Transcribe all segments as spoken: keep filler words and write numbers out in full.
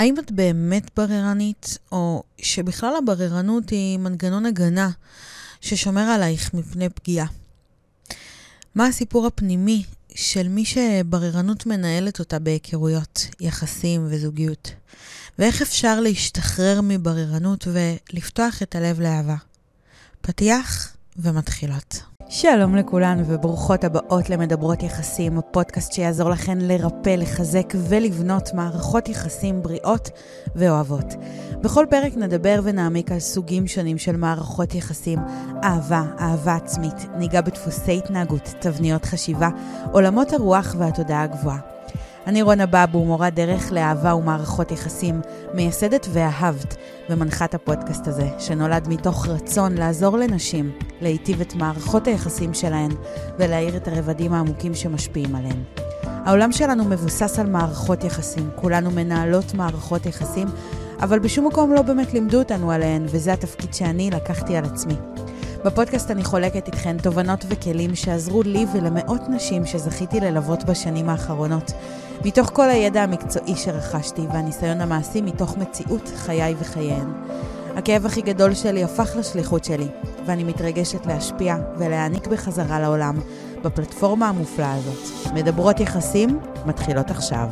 האם את באמת בררנית, או שבכלל הבררנות היא מנגנון הגנה ששומר עלייך מפני פגיעה? מה הסיפור הפנימי של מי שבררנות מנהלת אותה בהיכרויות, יחסים וזוגיות? ואיך אפשר להשתחרר מבררנות ולפתוח את הלב לאהבה? פתיח ומתחילות. שלום לכולן וברוכות הבאות למדברות יחסים, הפודקאסט שיעזור לכן לרפא, לחזק ולבנות מערכות יחסים בריאות ואוהבות. בכל פרק נדבר ונעמיק על סוגים שונים של מערכות יחסים, אהבה, אהבה עצמית, ניגע בדפוסי התנהגות, תבניות חשיבה, עולמות הרוח והתודעה הגבוהה. אני רונה בבו, מורה דרך לאהבה ומערכות יחסים, מייסדת ואהבת ומנחת הפודקאסט הזה, שנולד מתוך רצון לעזור לנשים, להיטיב את מערכות היחסים שלהן ולהאיר את הרבדים העמוקים שמשפיעים עליהן. העולם שלנו מבוסס על מערכות יחסים, כולנו מנהלות מערכות יחסים, אבל בשום מקום לא באמת לימדו אותנו עליהן, וזה התפקיד שאני לקחתי על עצמי. בפודקאסט אני חולקת איתכן תובנות וכלים שעזרו לי ולמאות נשים שזכיתי ללוות בשנים האחרונות, מתוך כל הידע המקצועי שרכשתי והניסיון המעשי מתוך מציאות חיי וחייהן. הכאב הכי גדול שלי הפך לשליחות שלי, ואני מתרגשת להשפיע ולהעניק בחזרה לעולם בפלטפורמה המופלאה הזאת. מדברות יחסים מתחילות עכשיו.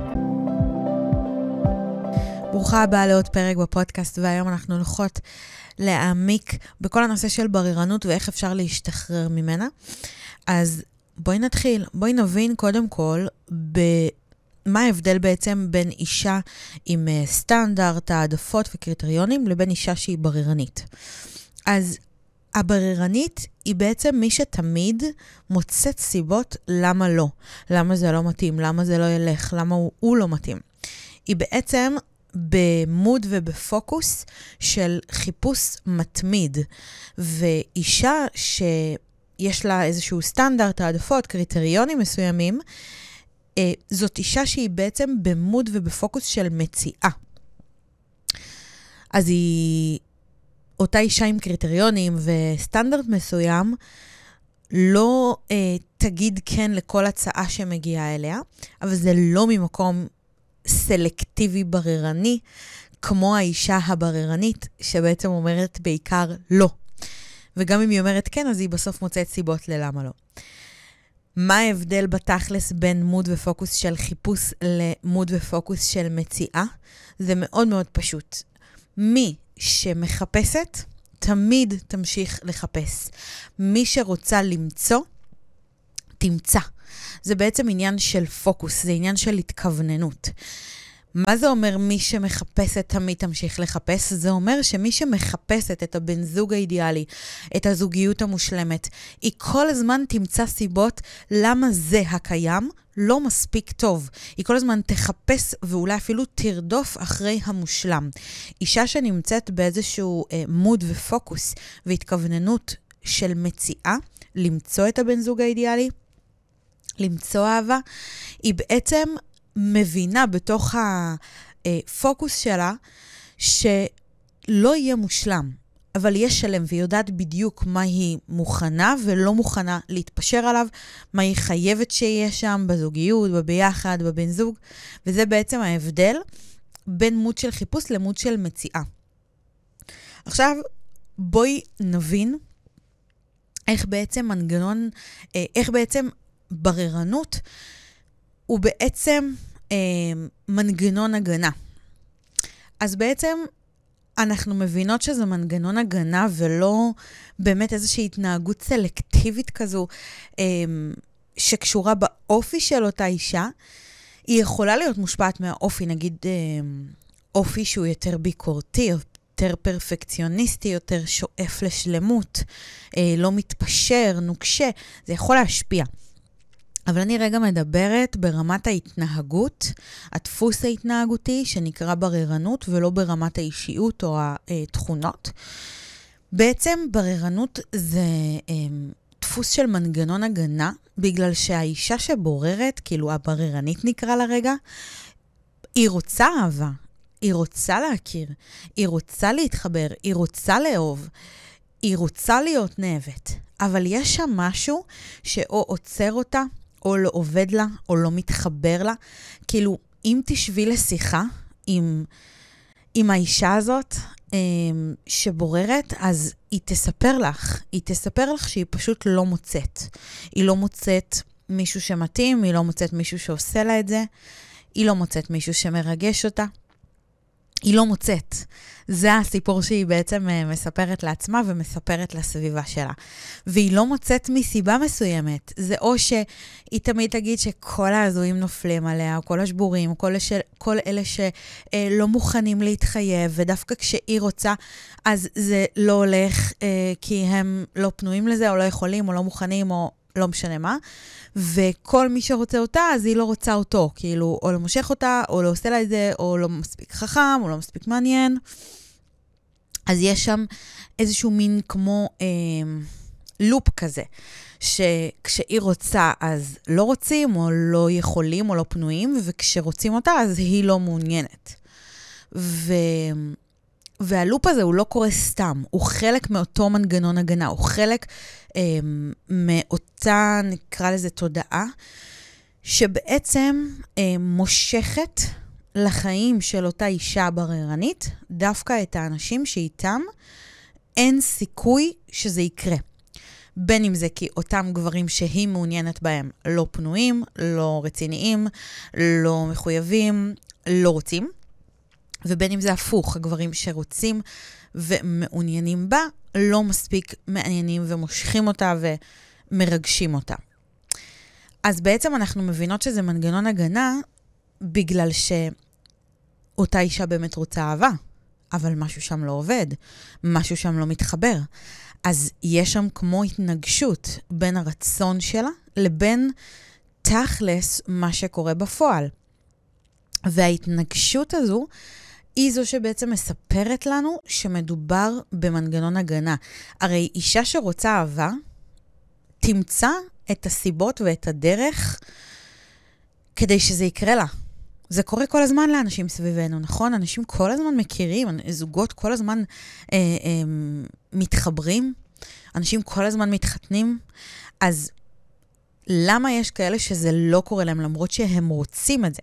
ברוכה הבאה לעוד פרק בפודקאסט, והיום אנחנו הולכות להעמיק בכל הנושא של בררנות ואיך אפשר להשתחרר ממנה. אז בואי נתחיל, בואי נבין קודם כל במה ההבדל בעצם בין אישה עם סטנדרט, העדפות וקריטריונים לבין אישה שהיא בררנית. אז הבררנית היא בעצם מי שתמיד מוצאת סיבות למה לא, למה זה לא מתאים, למה זה לא ילך, למה הוא, הוא לא מתאים. היא בעצם במוד ובפוקוס של חיפוש מתמיד, ואישה שיש לה איזשהו סטנדרט, העדפות, קריטריונים מסוימים, זאת אישה שהיא בעצם במוד ובפוקוס של מציאה. אז היא אותה אישה עם קריטריונים וסטנדרט מסוים, לא אה, תגיד כן לכל הצעה שמגיעה אליה, אבל זה לא ממקום סלקטיבי בררני, כמו האישה הבררנית, שבעצם אומרת בעיקר לא. וגם אם היא אומרת כן, אז היא בסוף מוצאת סיבות ללמה לא. מה ההבדל בתכלס בין מוד ופוקוס של חיפוש למוד ופוקוס של מציאה? זה מאוד מאוד פשוט. מי שמחפשת, תמיד תמשיך לחפש. מי שרוצה למצוא, תמצא. זה בעצם עניין של פוקוס, זה עניין של התכווננות. מה זה אומר מי שמחפשת תמיד תמשיך לחפש? זה אומר שמי שמחפשת את הבן זוג האידיאלי, את הזוגיות המושלמת, היא כל הזמן תמצא סיבות למה זה הקיים לא מספיק טוב. היא כל הזמן תחפש ואולי אפילו תרדוף אחרי המושלם. אישה שנמצאת באיזשהו אה, מוד ופוקוס והתכווננות של מציאה, למצוא את הבן זוג האידיאלי, למצוא אהבה, היא בעצם מבינה בתוך הפוקוס שלה שלא יהיה מושלם, אבל יהיה שלם, והיא יודעת בדיוק מה היא מוכנה ולא מוכנה להתפשר עליו, מה היא חייבת שיהיה שם בזוגיות, בביחד, בבן זוג, וזה בעצם ההבדל בין מוד של חיפוש למוד של מציאה. עכשיו בואי נבין איך בעצם מנגנון, איך בעצם בררנות הוא בעצם אה, מנגנון הגנה. אז בעצם אנחנו מבינות שזה מנגנון הגנה ולא באמת איזושהי התנהגות סלקטיבית כזו אה, שקשורה באופי של אותה אישה. היא יכולה להיות מושפעת מהאופי, נגיד אה, אופי שהוא יותר ביקורתי, יותר פרפקציוניסטי, יותר שואף לשלמות, אה, לא מתפשר, נוקשה, זה יכול להשפיע. אבל אני רגע מדברת ברמת ההתנהגות, הדפוס ההתנהגותי שנקרא בררנות, ולא ברמת האישיות או התכונות. בעצם בררנות זה דפוס של מנגנון הגנה, בגלל שהאישה שבוררת, כאילו הבררנית נקרא לה רגע, היא רוצה אהבה, היא רוצה להכיר, היא רוצה להתחבר, היא רוצה לאהוב, היא רוצה להיות נאהבת. אבל יש שם משהו שאו עוצר אותה, או לא עובד לה, או לא מתחבר לה. כאילו, אם תשבי לשיחה עם, עם האישה הזאת שבוררת, אז היא תספר לך, היא תספר לך שהיא פשוט לא מוצאת. היא לא מוצאת מישהו שמתאים, היא לא מוצאת מישהו שעושה לה את זה, היא לא מוצאת מישהו שמרגש אותה. היא לא מוצאת. זה הסיפור שהיא בעצם מספרת לעצמה ומספרת לסביבה שלה. והיא לא מוצאת מסיבה מסוימת. זה או שהיא תמיד תגיד שכל ההזויים נופלים עליה, או כל השבורים, או כל, הש... כל אלה שלא מוכנים להתחייב, ודווקא כשהיא רוצה, אז זה לא הולך כי הם לא פנויים לזה, או לא יכולים, או לא מוכנים, או לא משנה מה. וכל מי שרוצה אותה, אז היא לא רוצה אותו. כאילו, או לא מושך אותה, או לא עושה לה את זה, או לא מספיק חכם, או לא מספיק מעניין. אז יש שם איזשהו מין כמו אה, לופ כזה, שכשהיא רוצה, אז לא רוצים, או לא יכולים, או לא פנויים, וכשרוצים אותה, אז היא לא מעוניינת. ו... והלופ הזה הוא לא קורה סתם, הוא חלק מאותו מנגנון הגנה, הוא חלק אה, מאותה, נקרא לזה תודעה, שבעצם אה, מושכת לחיים של אותה אישה בררנית, דווקא את האנשים שאיתם אין סיכוי שזה יקרה. בין אם זה כי אותם גברים שהיא מעוניינת בהם לא פנויים, לא רציניים, לא מחויבים, לא רוצים. ובין אם זה הפוך, הגברים שרוצים ומעוניינים בה, לא מספיק מעניינים ומושכים אותה ומרגשים אותה. אז בעצם אנחנו מבינות שזה מנגנון הגנה, בגלל שאותה אישה באמת רוצה אהבה, אבל משהו שם לא עובד, משהו שם לא מתחבר. אז יש שם כמו התנגשות בין הרצון שלה לבין תכלס מה שקורה בפועל. וההתנגשות הזו היא זו שבעצם מספרת לנו שמדובר במנגנון הגנה. הרי אישה שרוצה אהבה, תמצא את הסיבות ואת הדרך כדי שזה יקרה לה. זה קורה כל הזמן לאנשים סביבנו, נכון? אנשים כל הזמן מכירים, זוגות כל הזמן אה, אה, מתחברים, אנשים כל הזמן מתחתנים. אז למה יש כאלה שזה לא קורה להם למרות שהם רוצים את זה?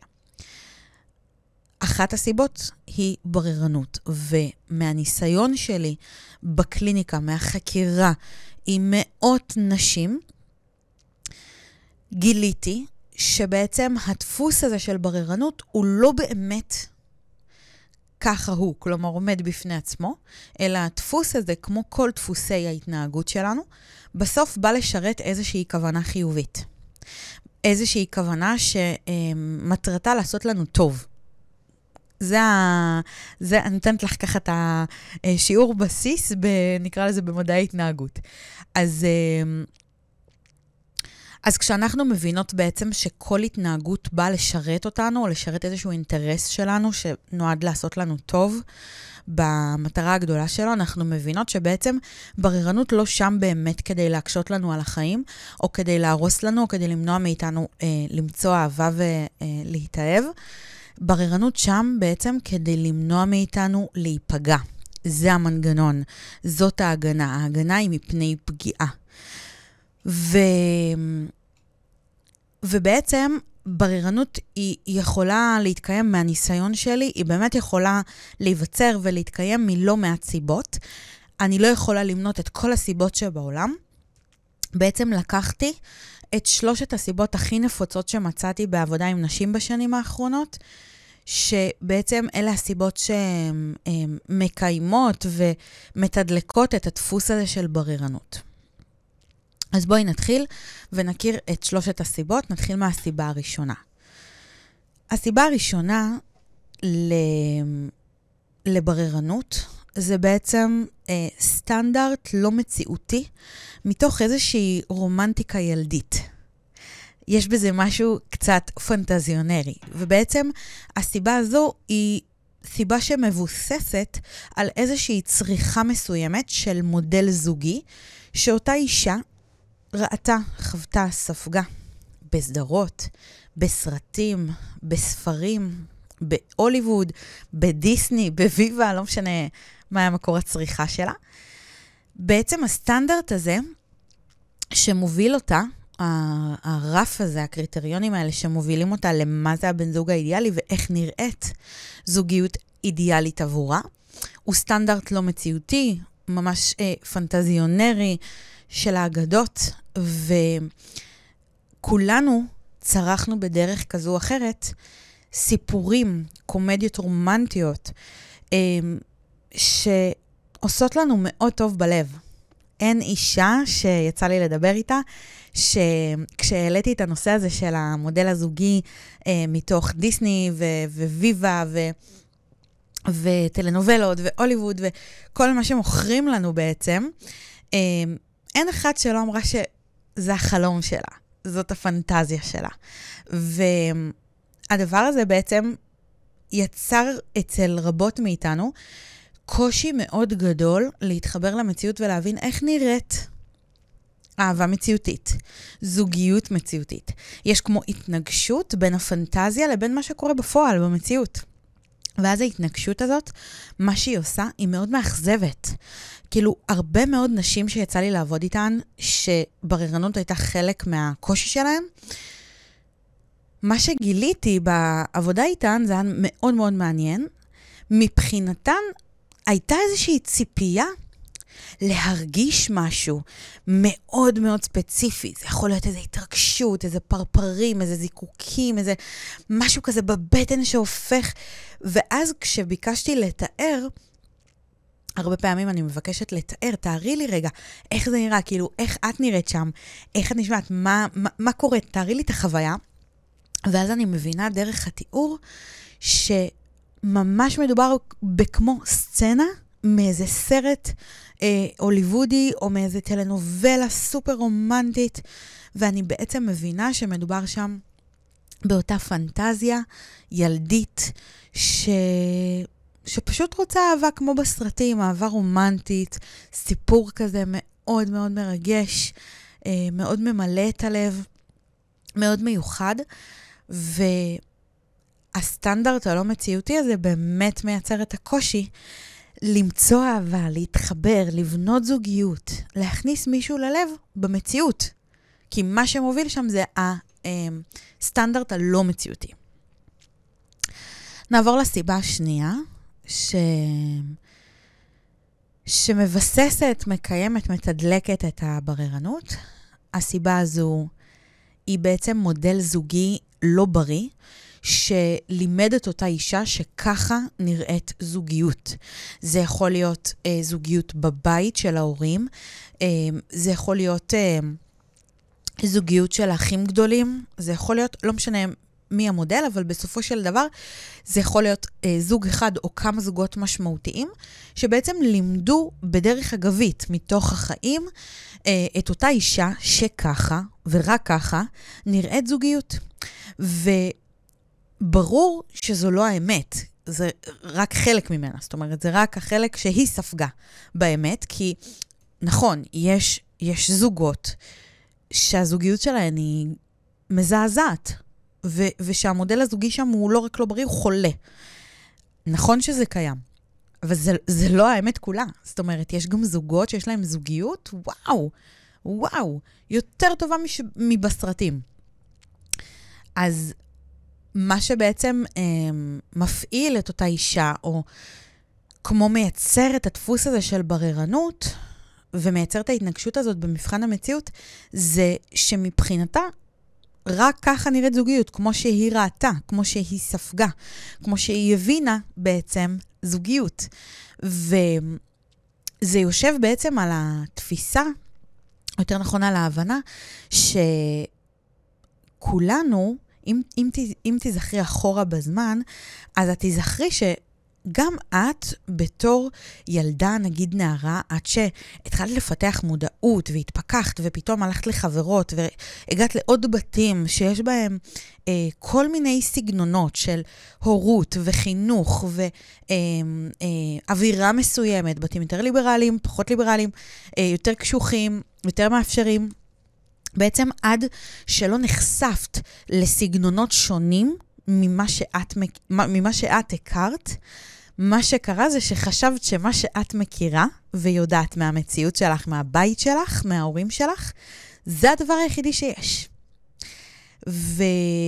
אחת הסיבות היא בררנות, ומהניסיון שלי בקליניקה, מהחקירה עם מאות נשים, גיליתי שבעצם הדפוס הזה של בררנות הוא לא באמת ככה הוא, כלומר עומד בפני עצמו, אלא הדפוס הזה, כמו כל דפוסי ההתנהגות שלנו, בסוף בא לשרת איזושהי כוונה חיובית. איזושהי כוונה שמטרתה לעשות לנו טוב. זה, זה, אני נותנת לך ככה את השיעור בסיס, ב, נקרא לזה במדעי התנהגות. אז, אז כשאנחנו מבינות בעצם שכל התנהגות באה לשרת אותנו, או לשרת איזשהו אינטרס שלנו, שנועד לעשות לנו טוב, במטרה הגדולה שלו, אנחנו מבינות שבעצם בררנות לא שם באמת כדי להקשות לנו על החיים, או כדי להרוס לנו, או כדי למנוע מאיתנו אה, למצוא אהבה ולהתאהב, בררנות שם בעצם כדי למנוע מאיתנו להיפגע. זה המנגנון, זאת ההגנה. ההגנה היא מפני פגיעה. ו... ובעצם בררנות היא יכולה להתקיים מהניסיון שלי, היא באמת יכולה להיווצר ולהתקיים מלא מעט סיבות. אני לא יכולה למנות את כל הסיבות שבעולם. בעצם לקחתי את שלושת הסיבות הכי נפוצות שמצאתי בעבודה עם נשים בשנים האחרונות, שבעצם אלה הסיבות שמקיימות ומתדלקות את הדפוס הזה של בררנות. אז בואי נתחיל ונכיר את שלושת הסיבות. נתחיל מהסיבה הראשונה. הסיבה הראשונה לבררנות זה בעצם אה, סטנדרט לא מציאותי מתוך איזושהי רומנטיקה ילדית. יש בזה משהו קצת פנטזיונרי, ובעצם הסיבה הזו היא סיבה שמבוססת על איזושהי צריכה מסוימת של מודל זוגי, שאותה אישה ראתה, חוותה, ספגה בסדרות, בסרטים, בספרים, בהוליווד, בדיסני, בוויבה, לא משנה מה היה מקור הצריכה שלה. בעצם הסטנדרט הזה שמוביל אותה הרף הזה, הקריטריונים האלה שמובילים אותה למה זה הבן זוג האידיאלי ואיך נראית זוגיות אידיאלית עבורה. הוא סטנדרט לא מציאותי, ממש אה, פנטזיונרי של האגדות, וכולנו צרכנו בדרך כזו או אחרת סיפורים, קומדיות רומנטיות, אה, שעושות לנו מאוד טוב בלב. אין אישה שיצא לי לדבר איתה, שכשהעליתי את הנושא הזה של המודל הזוגי אה, מתוך דיסני ו- וויבה ו- וטלנובלות והוליווד וכל מה שמוכרים לנו בעצם, אה, אין אחד שלא אמרה שזה החלום שלה, זאת הפנטזיה שלה. והדבר הזה בעצם יצר אצל רבות מאיתנו קושי מאוד גדול להתחבר למציאות ולהבין איך נראית אהבה מציאותית, זוגיות מציאותית. יש כמו התנגשות בין הפנטזיה לבין מה שקורה בפועל, במציאות. ואז ההתנגשות הזאת, מה שהיא עושה, היא מאוד מאכזבת. כאילו, הרבה מאוד נשים שיצא לי לעבוד איתן, שבררנות הייתה חלק מהקושי שלהן, מה שגיליתי בעבודה איתן, זה היה מאוד מאוד מעניין. מבחינתן, הייתה איזושהי ציפייה להרגיש משהו מאוד מאוד ספציפי. זה יכול להיות איזו התרגשות, איזה פרפרים, איזה זיקוקים, איזה משהו כזה בבטן שהופך. ואז כשביקשתי לתאר, הרבה פעמים אני מבקשת לתאר, תארי לי רגע, איך זה נראה, כאילו, איך את נראית שם, איך את נשמעת, מה, מה, מה קורה, תארי לי את החוויה. ואז אני מבינה דרך התיאור שממש מדובר בכמו סצנה מאיזה סרט אה, הוליוודי או מאיזה טלנובלה סופר רומנטית, ואני בעצם מבינה שמדובר שם באותה פנטזיה ילדית ש... שפשוט רוצה אהבה כמו בסרטים, אהבה רומנטית, סיפור כזה מאוד מאוד מרגש, אה, מאוד ממלא את הלב, מאוד מיוחד, והסטנדרט הלא מציאותי הזה באמת מייצר את הקושי למצוא אהבה, להתחבר, לבנות זוגיות, להכניס מישהו ללב במציאות. כי מה שמוביל שם זה הסטנדרט הלא מציאותי. נעבור לסיבה השנייה, ש... שמבססת, מקיימת, מתדלקת את הבררנות. הסיבה הזו היא בעצם מודל זוגי לא בריא, שלימד את אותה אישה שככה נראית זוגיות. זה יכול להיות אה, זוגיות בבית של ההורים, אה, זה יכול להיות אה, זוגיות של אחים גדולים, זה יכול להיות, לא משנה מי המודל, אבל בסופו של דבר זה יכול להיות אה, זוג אחד או כמה זוגות משמעותיים, שבעצם לימדו בדרך אגבית מתוך החיים אה, את אותה אישה שככה ורק ככה נראית זוגיות. וברור שזו לא האמת, זה רק חלק ממנה, זאת אומרת, זה רק החלק שהיא ספגה באמת, כי נכון, יש, יש זוגות שהזוגיות שלהן היא מזעזעת, ו- ושהמודל הזוגי שם הוא לא רק לא בריא, הוא חולה. נכון שזה קיים, אבל זה, זה לא האמת כולה. זאת אומרת, יש גם זוגות שיש להם זוגיות, וואו, וואו, יותר טובה מש- מבסרטים. אז מה שבעצם אה, מפעיל את אותה אישה, או כמו מייצר את הדפוס הזה של בררנות, ומייצר את ההתנגשות הזאת במבחן המציאות, זה שמבחינתה, רק ככה נראית זוגיות, כמו שהיא ראתה, כמו שהיא ספגה, כמו שהיא הבינה בעצם זוגיות. וזה יושב בעצם על התפיסה, יותר נכון על ההבנה, שכולנו, אם, אם, אם תזכרי אחורה בזמן, אז את תזכרי ש... גם את, בתור ילדה, נגיד נערה, עד שהתחלת לפתח מודעות והתפקחת ופתאום הלכת לחברות והגעת לעוד בתים שיש בהם אה, כל מיני סגנונות של הורות וחינוך ואווירה אה, אה, מסוימת, בתים יותר ליברליים, פחות ליברליים, אה, יותר קשוחים, יותר מאפשרים. בעצם עד שלא נחשפת לסגנונות שונים ממה שאת, ממה שאת הכרת, מה שקרה זה שחשבת שמה שאת מכירה ויודעת מהמציאות שלך, מהבית שלך, מההורים שלך, זה הדבר היחידי שיש. ו...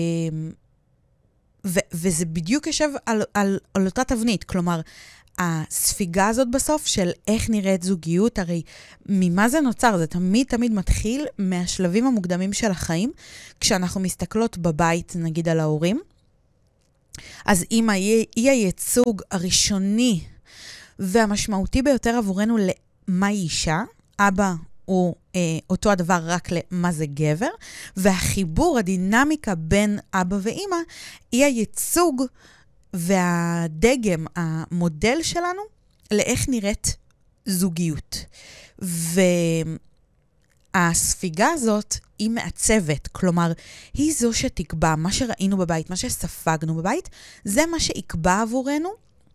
ו... וזה בדיוק יושב על, על, על אותה תבנית, כלומר, הספיגה הזאת בסוף של איך נראית זוגיות, הרי ממה זה נוצר? זה תמיד תמיד מתחיל מהשלבים המוקדמים של החיים, כשאנחנו מסתכלות בבית, נגיד על ההורים, אז אם אי הייצוג הראשוני והמשמעותי ביותר עבורנו למה היא אישה, אבא הוא אה, אותו הדבר רק למה זה גבר, והחיבור, הדינמיקה בין אבא ואמא, היא הייצוג והדגם, המודל שלנו, לאיך נראית זוגיות. והספיגה הזאת היא מעצבת, כלומר, היא זו שתקבע מה שראינו בבית, מה שספגנו בבית, זה מה שיקבע עבורנו,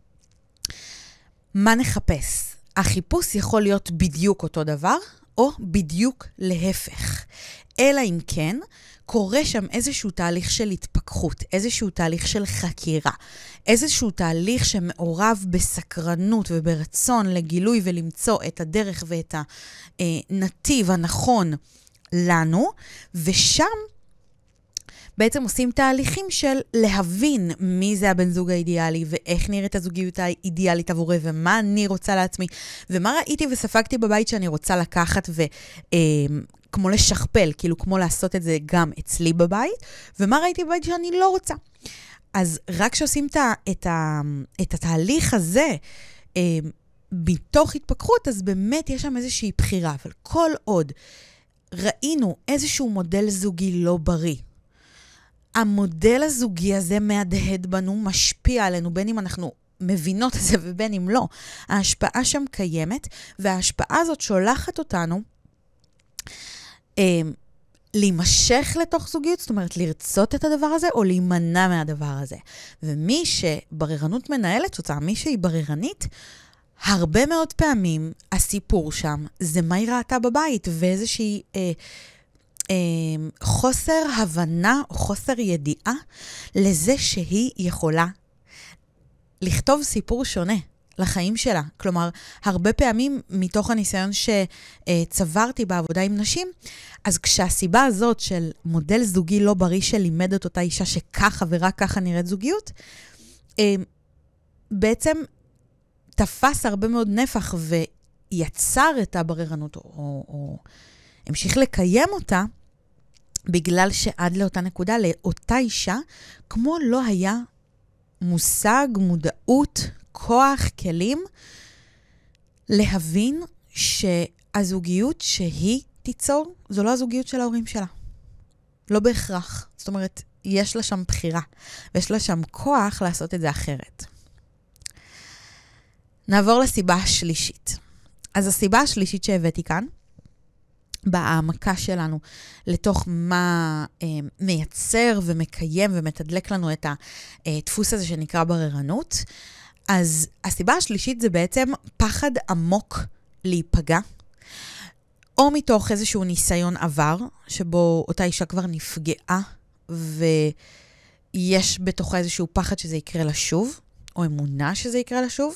מה נחפש. החיפוש יכול להיות בדיוק אותו דבר, או בדיוק להפך. אלא אם כן, קורה שם איזשהו תהליך של התפכחות, איזשהו תהליך של חקירה, איזשהו תהליך שמעורב בסקרנות וברצון לגילוי ולמצוא את הדרך ואת הנתיב הנכון לנו, ושם בעצם עושים תהליכים של להבין מי זה הבן זוג האידיאלי, ואיך נראית הזוגיות האידיאלית עבורי, ומה אני רוצה לעצמי, ומה ראיתי וספגתי בבית שאני רוצה לקחת ו... כמו לשכפל, כאילו כמו לעשות את זה גם אצלי בבית, ומה ראיתי בבית שאני לא רוצה. אז רק שעושים את, את, את התהליך הזה אה, בתוך התפכחות, אז באמת יש שם איזושהי בחירה, אבל כל עוד ראינו איזשהו מודל זוגי לא בריא, המודל הזוגי הזה מהדהד בנו, משפיע עלינו, בין אם אנחנו מבינות את זה ובין אם לא. ההשפעה שם קיימת, וההשפעה הזאת שולחת אותנו להימשך לתוך זוגיות, זאת אומרת, לרצות את הדבר הזה, או להימנע מהדבר הזה. ומי שבררנות מנהלת אותה, מי שהיא בררנית, הרבה מאוד פעמים הסיפור שם זה מה היא ראתה בבית, ואיזושהי אה, אה, חוסר הבנה או חוסר ידיעה לזה שהיא יכולה לכתוב סיפור שונה לחיים שלה. כלומר, הרבה פעמים מתוך הניסיון שצברתי בעבודה עם נשים, אז כשהסיבה הזאת של מודל זוגי לא בריא שלימד את אותה אישה שככה ורק ככה נראית זוגיות, בעצם תפס הרבה מאוד נפח ויצר את הבררנות, או, או המשיך לקיים אותה, בגלל שעד לאותה נקודה, לאותה אישה, כמו לא היה מושג, מודעות, כוח, כלים, להבין שהזוגיות שהיא תיצור, זו לא הזוגיות של ההורים שלה. לא בהכרח. זאת אומרת, יש לה שם בחירה, ויש לה שם כוח לעשות את זה אחרת. נעבור לסיבה השלישית. אז הסיבה השלישית שהבאתי כאן, בהעמקה שלנו לתוך מה אה, מייצר ומקיים ומתדלק לנו את הדפוס הזה שנקרא בררנות, אז הסיבה השלישית זה בעצם פחד עמוק להיפגע, או מתוך איזשהו ניסיון עבר, שבו אותה אישה כבר נפגעה, ויש בתוכה איזשהו פחד שזה יקרה לה שוב, או אמונה שזה יקרה לה שוב,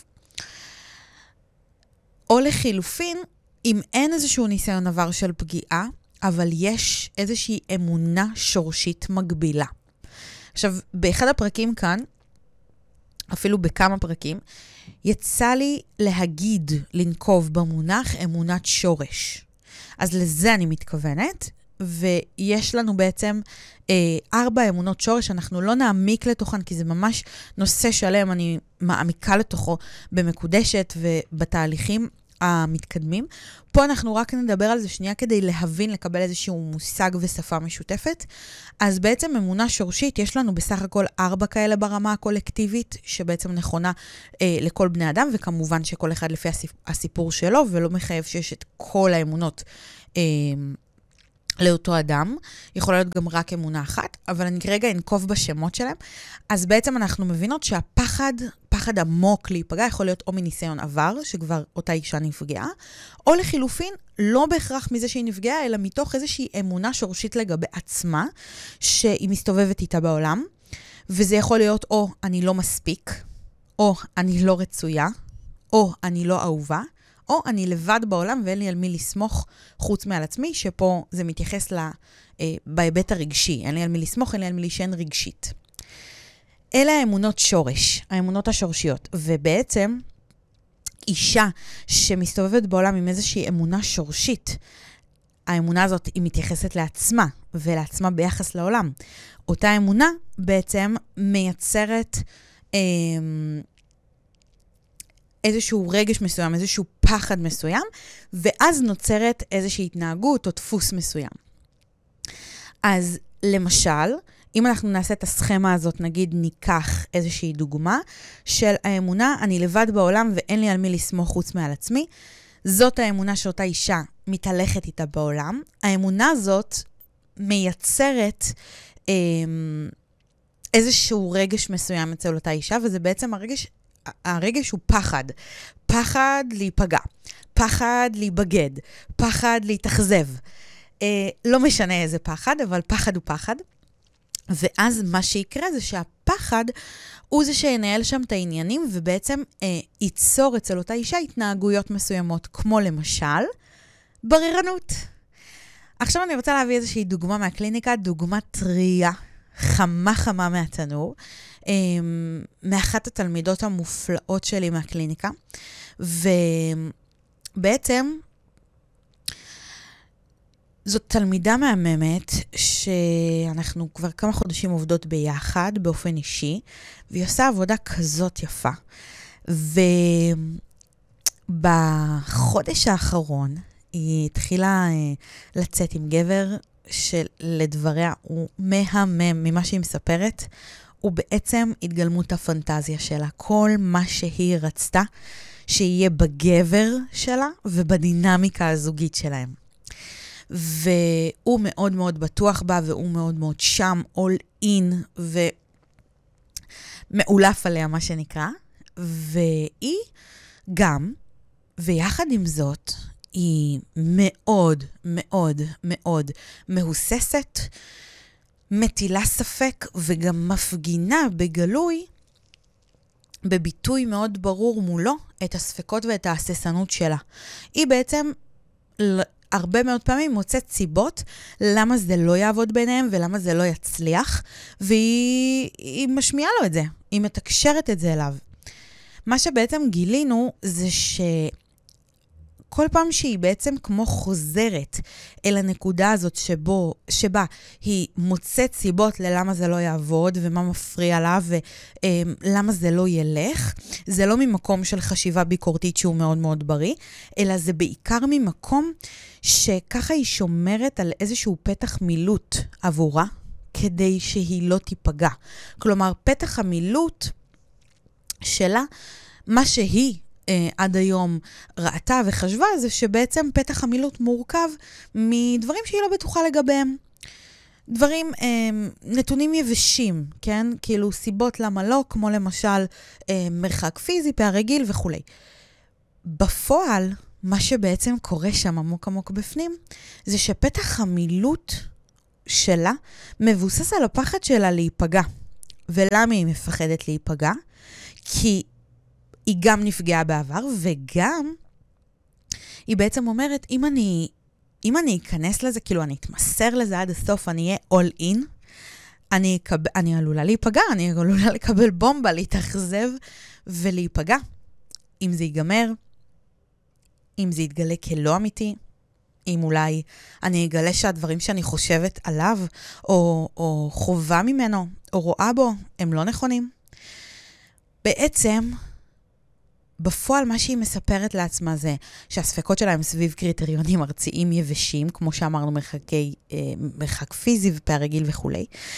או לחילופין, אם אין איזשהו ניסיון עבר של פגיעה, אבל יש איזושהי אמונה שורשית מגבילה. עכשיו, באחד הפרקים כאן, אפילו בכמה פרקים, יצא לי להגיד, לנקוב במונח אמונת שורש. אז לזה אני מתכוונת, ויש לנו בעצם אה, ארבע אמונות שורש, אנחנו לא נעמיק לתוכן, כי זה ממש נושא שלם, אני מעמיקה לתוכו במקודשת ובתהליכים המתקדמים. פה אנחנו רק נדבר על זה שנייה כדי להבין, לקבל איזשהו מושג ושפה משותפת. אז בעצם אמונה שורשית, יש לנו בסך הכל ארבע כאלה ברמה הקולקטיבית, שבעצם נכונה אה, לכל בני אדם, וכמובן שכל אחד לפי הסיפור שלו, ולא מחייב שיש את כל האמונות אה, לאותו אדם. יכולה להיות גם רק אמונה אחת, אבל אני כרגע אנקוב בשמות שלהם. אז בעצם אנחנו מבינות שהפחד, פחד עמוק להיפגע, יכול להיות או מניסיון עבר, שכבר אותה אישה נפגעה, או לחילופין, לא בהכרח מזה שהיא נפגעה, אלא מתוך איזושהי אמונה שורשית לגבי עצמה, שהיא מסתובבת איתה בעולם, וזה יכול להיות או אני לא מספיק, או אני לא רצויה, או אני לא אהובה, או אני לבד בעולם ואין לי על מי לסמוך חוץ מעל עצמי, שפה זה מתייחס לה, אה, בהיבט הרגשי. אין לי על מי לסמוך, אין לי על מי להישען רגשית. אלה האמונות שורש, האמונות השורשיות. ובעצם, אישה שמסתובבת בעולם עם איזושהי אמונה שורשית, האמונה הזאת היא מתייחסת לעצמה, ולעצמה ביחס לעולם. אותה אמונה בעצם מייצרת אה, איזשהו רגש מסוים, איזשהו פחד מסוים, ואז נוצרת איזושהי התנהגות או דפוס מסוים. אז למשל, אם אנחנו נעשה את הסכמה הזאת, נגיד ניקח איזושהי דוגמה של האמונה, אני לבד בעולם ואין לי על מי לסמוך חוץ מעל עצמי, זאת האמונה שאותה אישה מתהלכת איתה בעולם. האמונה הזאת מייצרת אה, איזשהו רגש מסוים אצל אותה אישה, וזה בעצם הרגש, הרגש הוא פחד. פחד להיפגע, פחד להיבגד, פחד להתאכזב. אה, לא משנה איזה פחד, אבל פחד הוא פחד. ואז מה שיקרה זה שהפחד הוא זה שינהל שם את העניינים, ובעצם אה, ייצור אצל אותה אישה התנהגויות מסוימות, כמו למשל, בררנות. עכשיו אני רוצה להביא איזושהי דוגמה מהקליניקה, דוגמה טריה, חמה חמה מהתנור, אה, מאחת התלמידות המופלאות שלי מהקליניקה, ובעצם, זאת תלמידה מהממת שאנחנו כבר כמה חודשים עובדות ביחד באופן אישי, והיא עושה עבודה כזאת יפה. ובחודש האחרון היא התחילה לצאת עם גבר שלדבריה הוא מהמם ממה שהיא מספרת, הוא בעצם התגלמות הפנטזיה שלה. כל מה שהיא רצתה שיהיה בגבר שלה ובדינמיקה הזוגית שלהם. והוא מאוד מאוד בטוח בה, והוא מאוד מאוד שם, all in, ומעולף עליה מה שנקרא. והיא גם, ויחד עם זאת, היא מאוד מאוד מאוד מהוססת, מטילה ספק, וגם מפגינה בגלוי, בביטוי מאוד ברור מולו, את הספקות ואת ההססנות שלה. היא בעצם הרבה מאוד פעמים מוצאת סיבות למה זה לא יעבוד ביניהם ולמה זה לא יצליח, והיא משמיעה לו את זה, היא מתקשרת את זה אליו. מה שבעצם גילינו זה שכל פעם שהיא בעצם כמו חוזרת אל הנקודה הזאת שבו, שבה היא מוצאת סיבות ללמה זה לא יעבוד ומה מפריע לה ולמה זה לא ילך, זה לא ממקום של חשיבה ביקורתית שהוא מאוד מאוד בריא, אלא זה בעיקר ממקום שככה היא שומרת על איזשהו פתח מילוט עבורה, כדי שהיא לא תיפגע. כלומר, פתח המילוט שלה, מה שהיא אה, עד היום ראתה וחשבה, זה שבעצם פתח המילוט מורכב מדברים שהיא לא בטוחה לגביהם. דברים, אה, נתונים יבשים, כן? כאילו סיבות למה לא, כמו למשל אה, מרחק פיזי, פערי גיל וכו'. בפועל, מה שבעצם קורה שם עמוק עמוק בפנים, זה שפתח המילוט שלה מבוסס על הפחד שלה להיפגע. ולמה היא מפחדת להיפגע? כי היא גם נפגעה בעבר, וגם היא בעצם אומרת, אם אני, אם אני אכנס לזה, כאילו אני אתמסר לזה עד הסוף, אני אהיה all in, אני, אקב, אני עלולה להיפגע, אני עלולה לקבל בומבה, להתאכזב ולהיפגע. אם זה ייגמר, אם זה יתגלה כלא אמיתי, אם אולי אני אגלה שהדברים שאני חושבת עליו, או, או חובה ממנו, או רואה בו, הם לא נכונים. בעצם, בפועל מה שהיא מספרת לעצמה זה שהספקות שלה הם סביב קריטריונים ארציים יבשים, כמו שאמרנו, מרחקי, אה, מרחק פיזי ופערי גיל וכו'.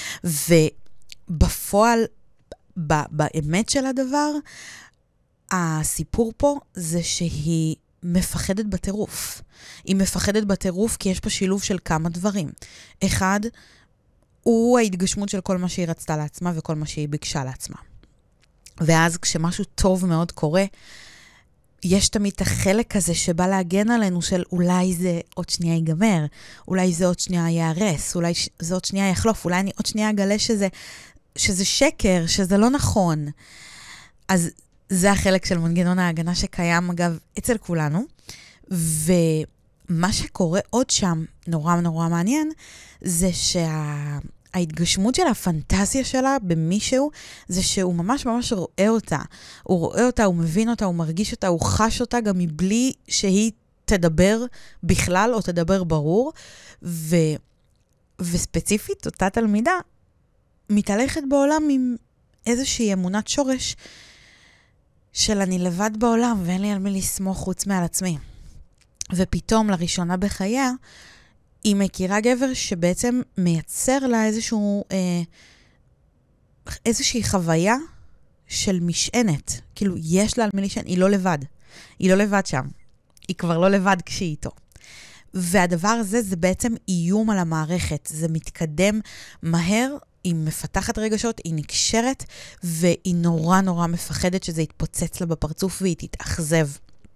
ובפועל, ב, באמת של הדבר, הסיפור פה זה שהיא מפחדת בטירוף. היא מפחדת בטירוף כי יש פה שילוב של כמה דברים. אחד, הוא ההתגשמות של כל מה שהיא רצתה לעצמה וכל מה שהיא ביקשה לעצמה. ואז כשמשהו טוב מאוד קורה, יש תמיד את החלק הזה שבא להגן עלינו של אולי זה עוד שנייה ייגמר, אולי זה עוד שנייה יערס, אולי זה עוד שנייה יחלוף, אולי אני עוד שנייה אגלה שזה, שזה שקר, שזה לא נכון. אז זה החלק של מנגנון ההגנה שקיים, אגב, אצל כולנו. ומה שקורה עוד שם, נורא נורא מעניין, זה שההתגשמות של הפנטזיה שלה במישהו, זה שהוא ממש ממש רואה אותה. הוא רואה אותה, הוא מבין אותה, הוא מרגיש אותה, הוא חש אותה גם מבלי שהיא תדבר בכלל או תדבר ברור, ו... וספציפית, אותה תלמידה מתהלכת בעולם עם איזושהי אמונת שורש של אני לבד בעולם ואין לי על מי לסמוך חוץ מעל עצמי. ופתאום לראשונה בחייה, היא מכירה גבר שבעצם מייצר לה איזשהו, אה, איזושהי חוויה של משענת. כאילו, יש לה על מי לשען, היא לא לבד. היא לא לבד שם. היא כבר לא לבד כשהיא איתו. והדבר הזה זה בעצם איום על המערכת. זה מתקדם מהר, היא מפתחת רגשות, היא נקשרת, והיא נורא נורא מפחדת שזה יתפוצץ לה בפרצוף והיא תתאכזב.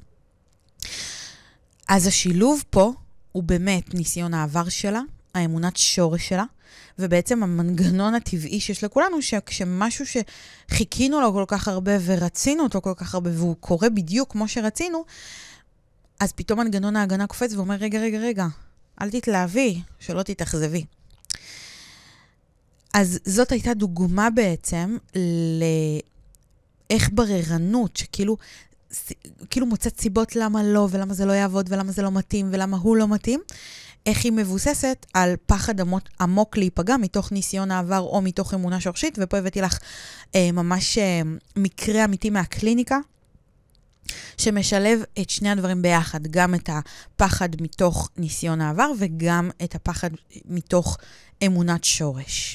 אז השילוב פה הוא באמת ניסיון העבר שלה, האמונת שורש שלה, ובעצם המנגנון הטבעי שיש לכולנו, שכשמשהו שחיכינו לו כל כך הרבה ורצינו אותו כל כך הרבה, והוא קורה בדיוק כמו שרצינו, אז פתאום מנגנון ההגנה קופץ ואומר, רגע, רגע, רגע, אל תתלהבי, שלא תתאכזבי. אז זאת הייתה דוגמה בעצם לאיך בררנות, שכאילו כאילו מוצאת סיבות למה לא, ולמה זה לא יעבוד, ולמה זה לא מתאים, ולמה הוא לא מתאים, איך היא מבוססת על פחד עמוק, עמוק להיפגע מתוך ניסיון העבר או מתוך אמונה שורשית, ופה הבאתי לך אה, ממש אה, מקרה אמיתי מהקליניקה, שמשלב את שני הדברים ביחד, גם את הפחד מתוך ניסיון העבר, וגם את הפחד מתוך אמונת שורש.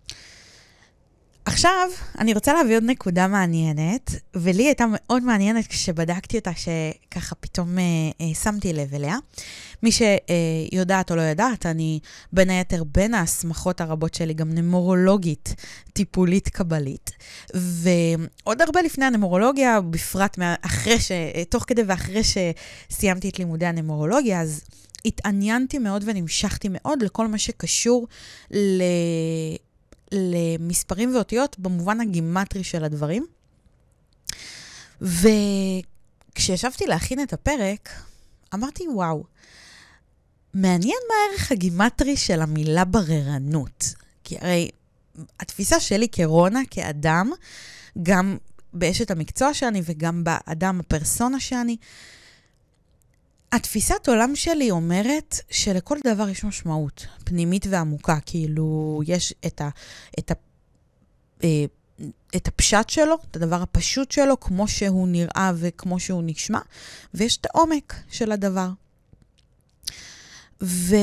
עכשיו, אני רוצה להביא עוד נקודה מעניינת, ולי הייתה מאוד מעניינת כשבדקתי אותה, שככה פתאום אה, אה, שמתי לב אליה. מי שיודעת או לא יודעת, אני בין היתר בין ההסמכות הרבות שלי, גם נמורולוגית, טיפולית קבלית. ועוד הרבה לפני הנמורולוגיה, בפרט אחרי ש, תוך כדי ואחרי שסיימתי את לימודי הנמורולוגיה, אז התעניינתי מאוד ונמשכתי מאוד לכל מה שקשור ל... למספרים ואותיות במובן הגימטרי של הדברים. וכשישבתי להכין את הפרק, אמרתי, וואו, מעניין מה הערך הגימטרי של המילה בררנות. כי הרי התפיסה שלי כרונה, כאדם, גם באשת המקצוע שאני וגם באדם הפרסונה שאני, התפיסת עולם שלי אומרת שלכל דבר יש משמעות פנימית ועמוקה, כאילו יש את ה, את ה, את הפשט שלו, את הדבר הפשוט שלו, כמו שהוא נראה וכמו שהוא נשמע, ויש את העומק של הדבר. וכזה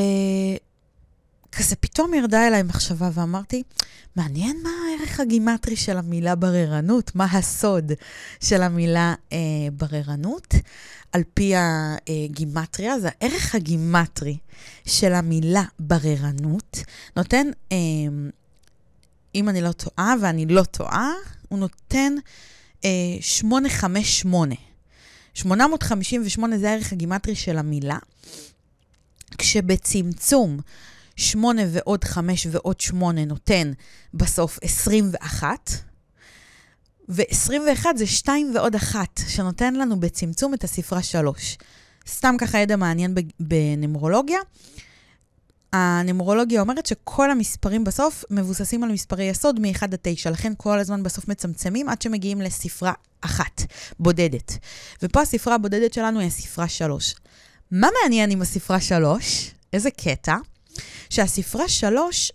פתאום ירדה אליי מחשבה ואמרתי, מעניין מה הערך הגימטרי של המילה בררנות, מה הסוד של המילה אה, בררנות. על פי הגימטריה, אז הערך הגימטרי של המילה בררנות נותן, אם אני לא טועה, ואני לא טועה, הוא נותן שמונה חמש שמונה. שמונה מאות חמישים ושמונה זה הערך הגימטרי של המילה, כשבצמצום שמונה ועוד חמש ועוד שמונה נותן בסוף עשרים ואחת, ו-עשרים ואחת זה שתיים ועוד אחת, שנותן לנו בצמצום את הספרה שלוש. סתם ככה ידע מעניין בנמרולוגיה. הנמרולוגיה אומרת שכל המספרים בסוף מבוססים על מספרי יסוד מ-אחד עד תשע, לכן כל הזמן בסוף מצמצמים עד שמגיעים לספרה אחת, בודדת. ופה הספרה הבודדת שלנו היא הספרה שלוש. מה מעניין עם הספרה שלוש? איזה קטע? שהספרה שלוש,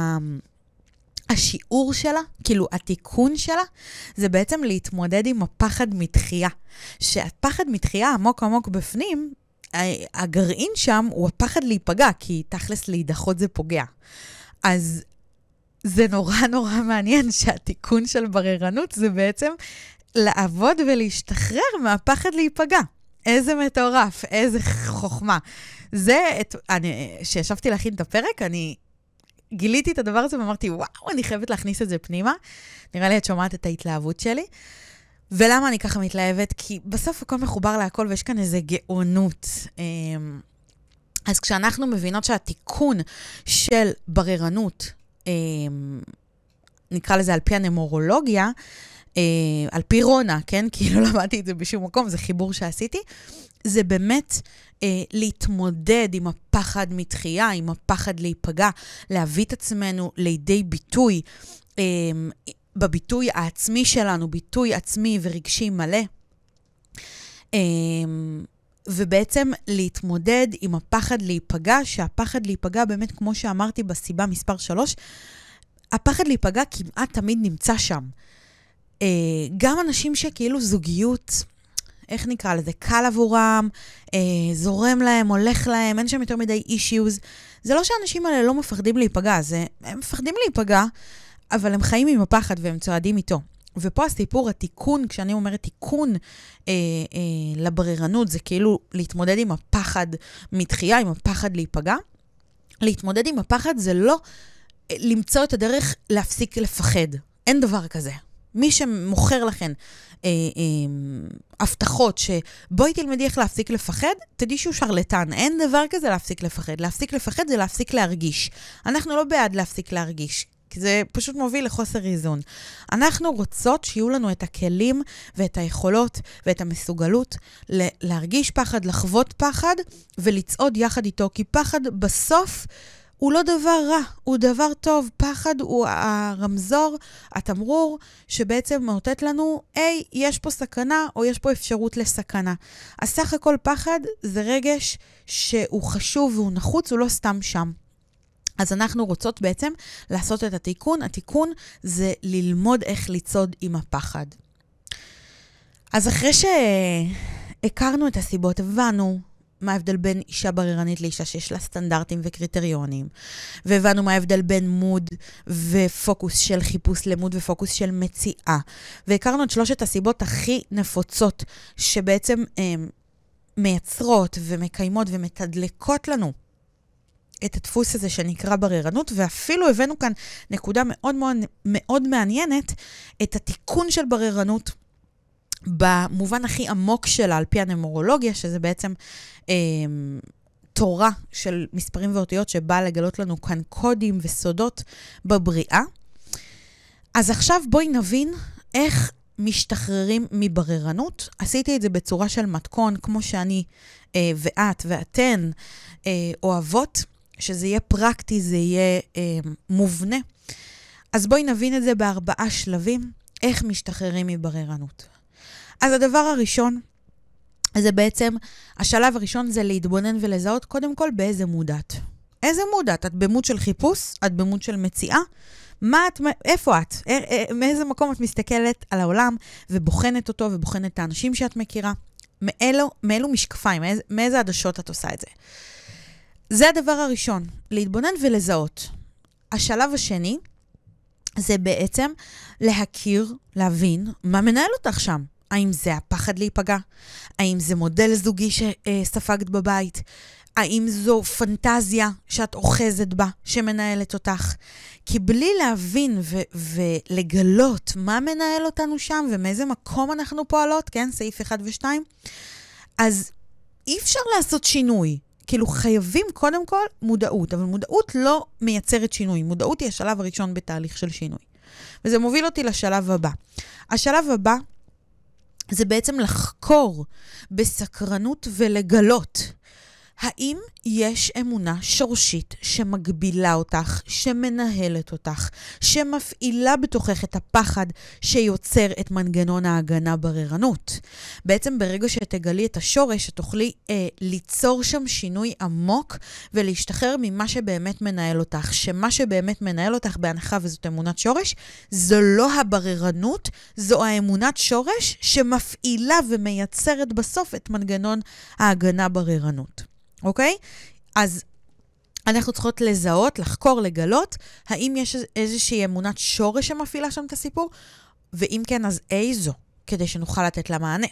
השיעור שלה, כאילו התיקון שלה, זה בעצם להתמודד עם הפחד מתחייה. שהפחד מתחייה עמוק עמוק בפנים, הגרעין שם הוא הפחד להיפגע, כי תכלס להידחות זה פוגע. אז זה נורא נורא מעניין שהתיקון של בררנות זה בעצם לעבוד ולהשתחרר מהפחד להיפגע. איזה מטורף, איזה חוכמה. זה, את, אני, שישבתי להכין את הפרק, אני גיליתי את הדבר הזה ואמרתי, וואו, אני חייבת להכניס את זה פנימה. נראה לי את שומעת את ההתלהבות שלי. ולמה אני ככה מתלהבת? כי בסוף הכל מחובר להכל, ויש כאן איזה גאונות. אז כשאנחנו מבינות שהתיקון של בררנות, נקרא לזה על פי הנמורולוגיה, אה, על פי רונה, כן? כי לא למדתי את זה בשום מקום, זה חיבור שעשיתי. זה באמת אה, להתמודד עם הפחד מתחייה, עם הפחד להיפגע, להביא את עצמנו לידי ביטוי, אה, בביטוי העצמי שלנו, ביטוי עצמי ורגשי מלא. אה, ובעצם להתמודד עם הפחד להיפגע, שהפחד להיפגע באמת, כמו שאמרתי בסיבה מספר שלוש, הפחד להיפגע כמעט תמיד נמצא שם. אה, גם אנשים שכאילו זוגיות, איך נקרא לזה, קל עבורם, אה, זורם להם, הולך להם, אין שם יותר מדי אישיוז. זה לא שאנשים האלה לא מפחדים להיפגע, זה, הם מפחדים להיפגע, אבל הם חיים עם הפחד והם צועדים איתו. ופה הסיפור, התיקון, כשאני אומרת תיקון אה, אה, לבררנות, זה כאילו להתמודד עם הפחד מתחייה, עם הפחד להיפגע. להתמודד עם הפחד זה לא אה, למצוא את הדרך להפסיק לפחד. אין דבר כזה. מי שמוכר לכן אה, אה, הבטחות שבואי תלמדי איך להפסיק לפחד, תדעי שהוא שרלטן. אין דבר כזה להפסיק לפחד. להפסיק לפחד זה להפסיק להרגיש. אנחנו לא בעד להפסיק להרגיש. כי זה פשוט מוביל לחוסר איזון. אנחנו רוצות שיהיו לנו את הכלים ואת היכולות ואת המסוגלות להרגיש פחד, לחוות פחד ולצעוד יחד איתו. כי פחד בסוף הוא לא דבר רע, הוא דבר טוב. פחד הוא הרמזור, התמרור, שבעצם מאותת לנו, היי, יש פה סכנה או יש פה אפשרות לסכנה. אז סך הכל פחד זה רגש שהוא חשוב והוא נחוץ, הוא לא סתם שם. אז אנחנו רוצות בעצם לעשות את התיקון. התיקון זה ללמוד איך לצעוד עם הפחד. אז אחרי שהכרנו את הסיבות, הבנו מה ההבדל בין אישה בררנית לאישה שיש לה סטנדרטים וקריטריונים, והבנו מה ההבדל בין מוד ופוקוס של חיפוש למוד ופוקוס של מציאה, והכרנו את שלושת הסיבות הכי נפוצות שבעצם הם, מייצרות ומקיימות ומתדלקות לנו את הדפוס הזה שנקרא בררנות, ואפילו הבאנו כאן נקודה מאוד מאוד, מאוד מעניינת, את התיקון של בררנות במובן הכי עמוק שלה, על פי הנומרולוגיה, שזה בעצם אה, תורה של מספרים ואותיות, שבאה לגלות לנו כאן קודים וסודות בבריאה. אז עכשיו בואי נבין איך משתחררים מבררנות. עשיתי את זה בצורה של מתכון, כמו שאני אה, ואת ואתן אה, אוהבות, שזה יהיה פרקטי, זה יהיה אה, מובנה. אז בואי נבין את זה בארבעה שלבים, איך משתחררים מבררנות. אז הדבר הראשון, זה בעצם, השלב הראשון זה להתבונן ולזהות קודם כל באיזה מוד את. איזה מוד את? את במוד של חיפוש? את במוד של מציאה? מה את, איפה את? מאיזה מקום את מסתכלת על העולם ובוחנת אותו ובוחנת את האנשים שאת מכירה? מאלו, מאלו משקפיים, מאיזה, מאיזה עדשות את עושה את זה? זה הדבר הראשון, להתבונן ולזהות. השלב השני, זה בעצם להכיר, להבין מה מנהל אותך שם. האם זה הפחד להיפגע? האם זה מודל זוגי שספגת בבית? האם זו פנטזיה שאת אוחזת בה, שמנהלת אותך? כי בלי להבין ו- ולגלות מה מנהל אותנו שם, ומאיזה מקום אנחנו פועלות, כן, סעיף אחד ושתיים, אז אי אפשר לעשות שינוי. כאילו חייבים קודם כל מודעות, אבל מודעות לא מייצרת שינוי. מודעות היא השלב הראשון בתהליך של שינוי. וזה מוביל אותי לשלב הבא. השלב הבא זה בעצם לחקור בסקרנות ולגלות האם יש אמונה שורשית שמגבילה אותך, שמנהלת אותך, שמפעילה בתוכך את הפחד שיוצר את מנגנון ההגנה בררנות. בעצם ברגע שתגלי את השורש, תוכלי אה, ליצור שם שינוי עמוק ולהשתחרר ממה שבאמת מנהל אותך. שמה שבאמת מנהל אותך בהנחה וזאת אמונת שורש, זו לא הבררנות, זו האמונת שורש שמפעילה ומייצרת בסוף את מנגנון ההגנה בררנות. אוקיי? אז אנחנו צריכות לזהות, לחקור, לגלות, האם יש איזושהי אמונת שורש שמפעילה שם את הסיפור, ואם כן, אז איזו, כדי שנוכל לתת לה מענה.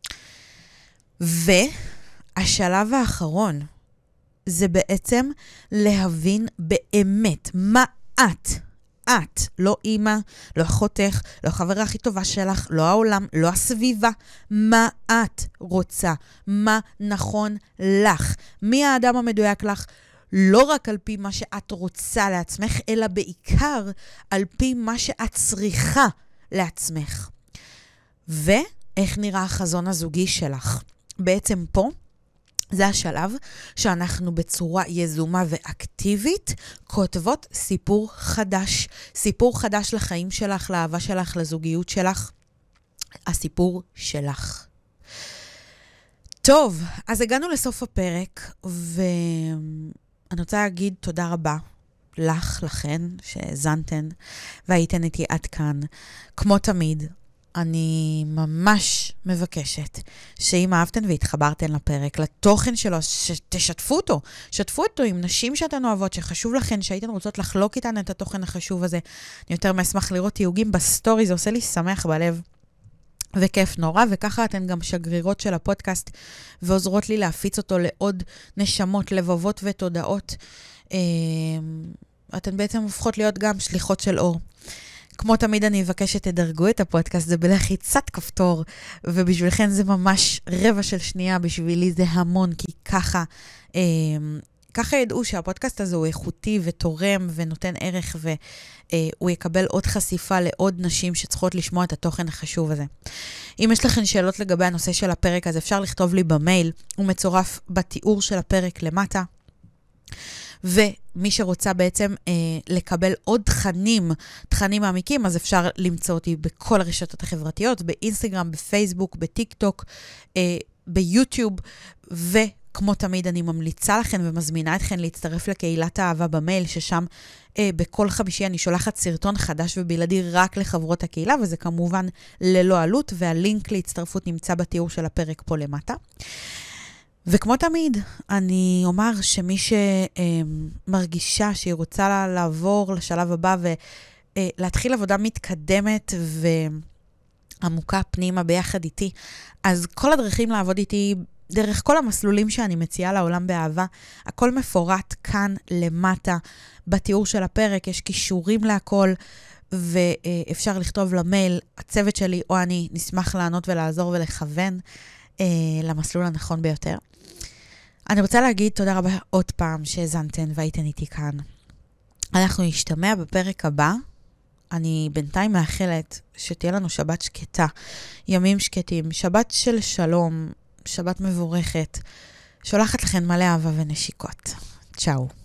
והשלב האחרון, זה בעצם להבין באמת מה את, את, לא אימא, לא אחותך, לא החברה הכי טובה שלך, לא העולם, לא הסביבה, מה את רוצה, מה נכון לך, מי האדם המדויק לך, לא רק על פי מה שאת רוצה לעצמך, אלא בעיקר על פי מה שאת צריכה לעצמך. ואיך נראה החזון הזוגי שלך. בעצם פה, זה השלב שאנחנו בצורה יזומה ואקטיבית כותבות סיפור חדש. סיפור חדש לחיים שלך, לאהבה שלך, לזוגיות שלך. הסיפור שלך. טוב, אז הגענו לסוף הפרק, ואני רוצה להגיד תודה רבה לך, לכן, שהזנתן והייתן איתי עד כאן. כמו תמיד, אני ממש מבקשת שאם אהבתן והתחברתן לפרק, לתוכן שלו, שתשתפו אותו. שתפו אותו עם נשים שאתן אוהבות, שחשוב לכן, שהייתן רוצות לחלוק איתן את התוכן החשוב הזה. אני יותר מאשמח לראות תיוגים בסטורי, זה עושה לי שמח בלב. וכיף נורא, וככה אתן גם שגרירות של הפודקאסט, ועוזרות לי להפיץ אותו לעוד נשמות, לבבות ותודעות. אתן בעצם הופכות להיות גם שליחות של אור. כמו תמיד אני אבקש שתדרגו את הפודקאסט, זה בלחיצת כפתור, ובשבילכן זה ממש רבע של שנייה, בשבילי זה המון, כי ככה, אה, ככה ידעו שהפודקאסט הזה הוא איכותי ותורם ונותן ערך, והוא יקבל עוד חשיפה לעוד נשים שצריכות לשמוע את התוכן החשוב הזה. אם יש לכם שאלות לגבי הנושא של הפרק, אז אפשר לכתוב לי במייל, הוא מצורף בתיאור של הפרק למטה. ומי שרוצה בעצם אה, לקבל עוד תכנים, תכנים מעמיקים, אז אפשר למצוא אותי בכל הרשתות החברתיות, באינסטגרם, בפייסבוק, בטיק טוק, אה, ביוטיוב, וכמו תמיד אני ממליצה לכם ומזמינה אתכם להצטרף לקהילת האהבה במייל, ששם אה, בכל חמישי אני שולחת סרטון חדש ובלעדי רק לחברות הקהילה, וזה כמובן ללא עלות, והלינק להצטרפות נמצא בתיאור של הפרק פה למטה. וכמו תמיד, אני אומר שמי שמרגישה שהיא רוצה לעבור לשלב הבא ולהתחיל עבודה מתקדמת ועמוקה פנימה ביחד איתי, אז כל הדרכים לעבוד איתי, דרך כל המסלולים שאני מציעה לעולם באהבה, הכל מפורט כאן למטה בתיאור של הפרק, יש קישורים להכל, ואפשר לכתוב למייל, הצוות שלי או אני נשמח לענות ולעזור ולכוון למסלול הנכון ביותר. אני רוצה להגיד תודה רבה עוד פעם שהזנתן והייתן איתי כאן. אנחנו נשתמע בפרק הבא. אני בינתיים מאחלת שתהיה לנו שבת שקטה, ימים שקטים, שבת של שלום, שבת מבורכת. שולחת לכן מלא אהבה ונשיקות. צ'או.